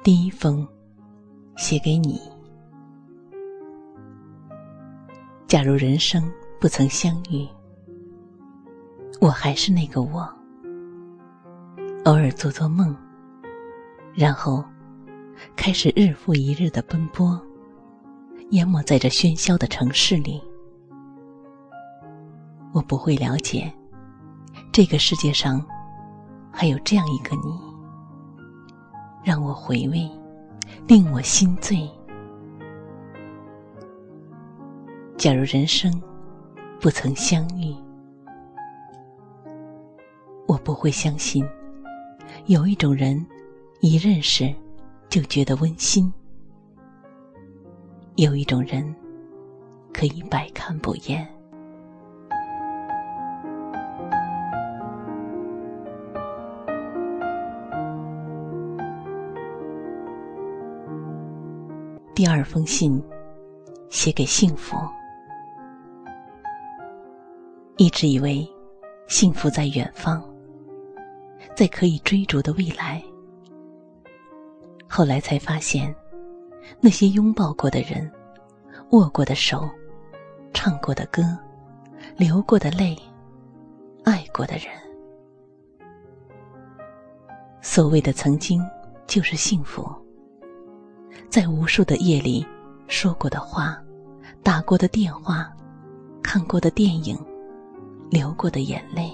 第一封写给你。假如人生不曾相遇，我还是那个我，偶尔做做梦，然后开始日复一日的奔波，淹没在这喧嚣的城市里。我不会了解这个世界上还有这样一个你，让我回味，令我心醉。假如人生不曾相遇，我不会相信有一种人一认识就觉得温馨，有一种人可以百看不厌。第二封信写给幸福。一直以为幸福在远方，在可以追逐的未来，后来才发现，那些拥抱过的人，握过的手，唱过的歌，流过的泪，爱过的人，所谓的曾经就是幸福。在无数的夜里说过的话，打过的电话，看过的电影，流过的眼泪，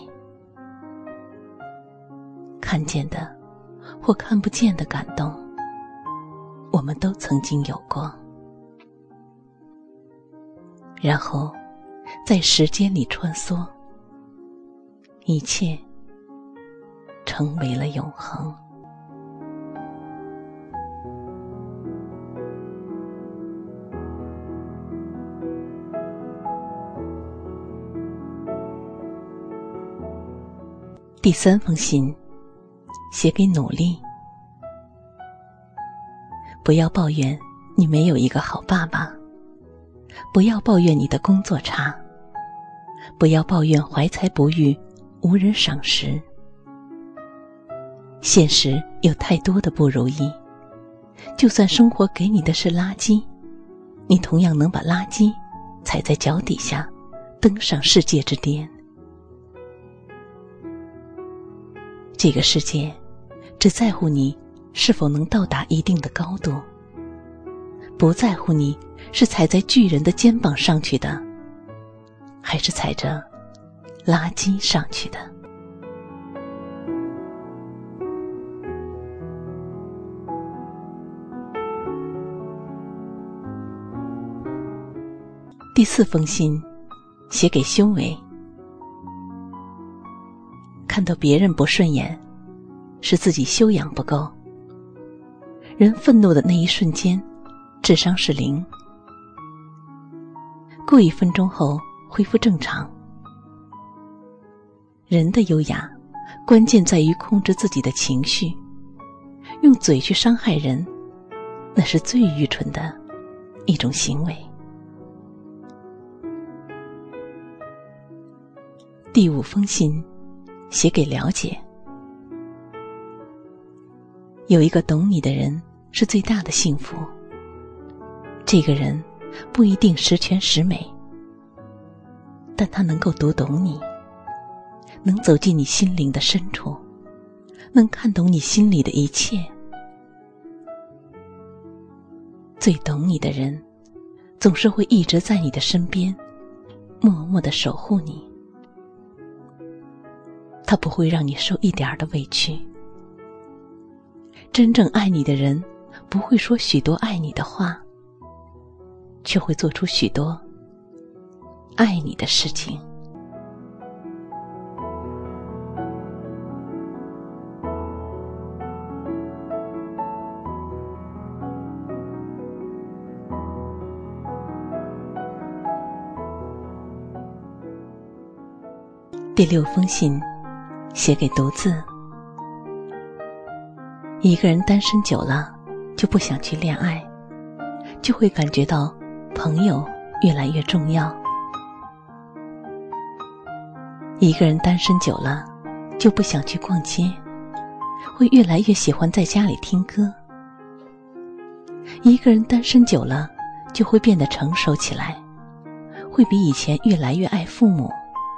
看见的或看不见的感动，我们都曾经有过。然后在时间里穿梭，一切成为了永恒。第三封信写给努力。不要抱怨你没有一个好爸爸，不要抱怨你的工作差，不要抱怨怀才不遇，无人赏识。现实有太多的不如意，就算生活给你的是垃圾，你同样能把垃圾踩在脚底下，登上世界之巅。这个世界只在乎你是否能到达一定的高度，不在乎你是踩在巨人的肩膀上去的，还是踩着垃圾上去的。第四封信写给修为。看到别人不顺眼，是自己修养不够。人愤怒的那一瞬间，智商是0，过1分钟后恢复正常。人的优雅，关键在于控制自己的情绪。用嘴去伤害人，那是最愚蠢的一种行为。第5封信写给了解。有一个懂你的人是最大的幸福。这个人不一定十全十美，但他能够读懂你，能走进你心灵的深处，能看懂你心里的一切。最懂你的人总是会一直在你的身边，默默地守护你。他不会让你受一点的委屈。真正爱你的人不会说许多爱你的话，却会做出许多爱你的事情。第6封信写给独自。一个人单身久了，就不想去恋爱，就会感觉到朋友越来越重要。一个人单身久了，就不想去逛街，会越来越喜欢在家里听歌。 一个人单身久了，就会变得成熟起来，会比以前越来越爱父母。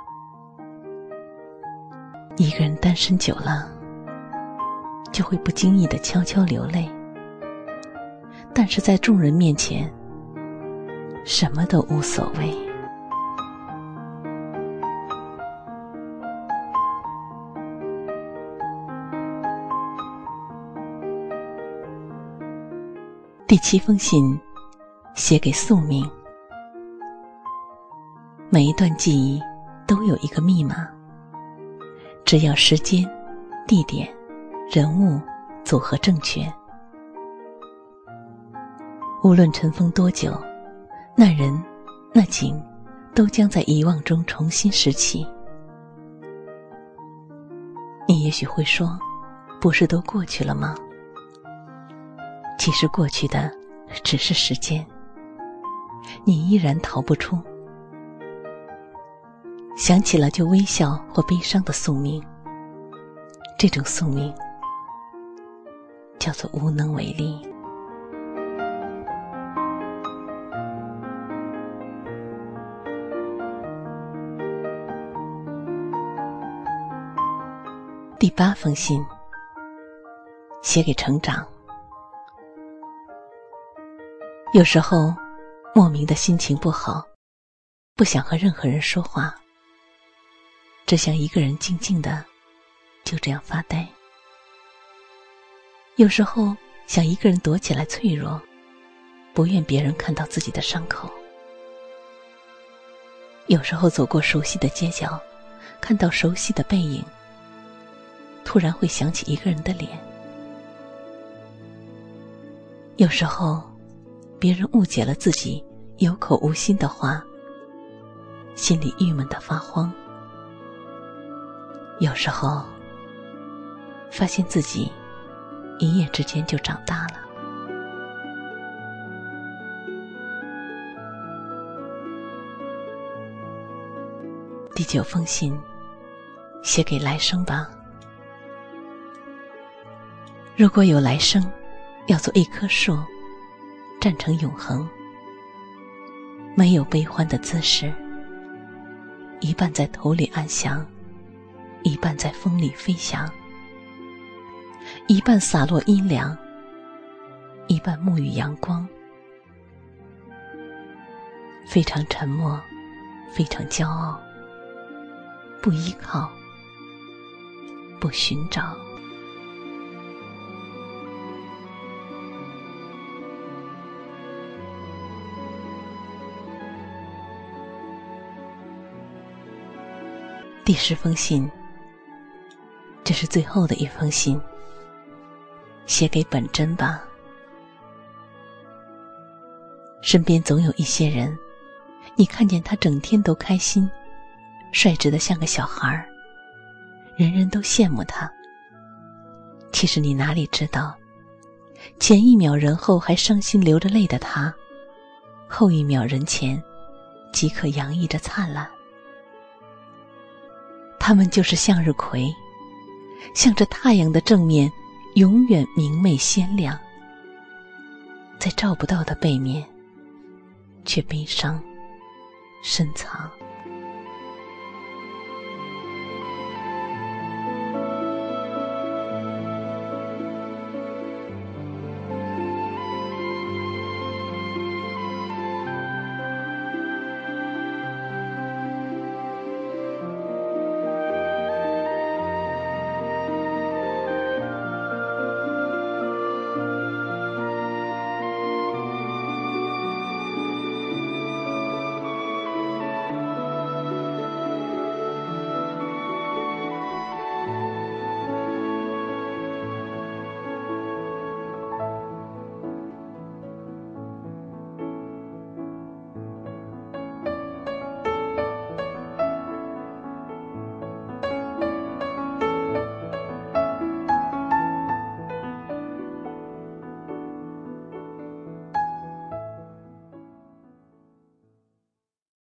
一个人单身久了，就会不经意地悄悄流泪，但是在众人面前，什么都无所谓。第7封信，写给宿命。每一段记忆都有一个密码，只要时间、地点、人物组合正确，无论尘封多久，那人那景都将在遗忘中重新拾起。你也许会说，不是都过去了吗？其实过去的只是时间，你依然逃不出。想起了就微笑或悲伤的宿命，这种宿命叫做无能为力。第8封信，写给成长。有时候莫名的心情不好，不想和任何人说话，只想一个人静静的就这样发呆。有时候想一个人躲起来脆弱，不愿别人看到自己的伤口。有时候走过熟悉的街角，看到熟悉的背影，突然会想起一个人的脸。有时候别人误解了自己有口无心的话，心里郁闷得发慌。有时候发现自己一夜之间就长大了。第9封信，写给来生吧。如果有来生，要做一棵树，站成永恒，没有悲欢的姿势，一半在头里安详，一半在风里飞翔，一半洒落阴凉，一半沐浴阳光。非常沉默，非常骄傲，不依靠，不寻找。第10封信，这是最后的一封信，写给本真吧。身边总有一些人，你看见他整天都开心，率直得像个小孩儿，人人都羡慕他。其实你哪里知道，前一秒人后还伤心流着泪的他，后一秒人前即刻洋溢着灿烂。他们就是向日葵，向着太阳的正面永远明媚鲜亮，在照不到的背面却悲伤深藏。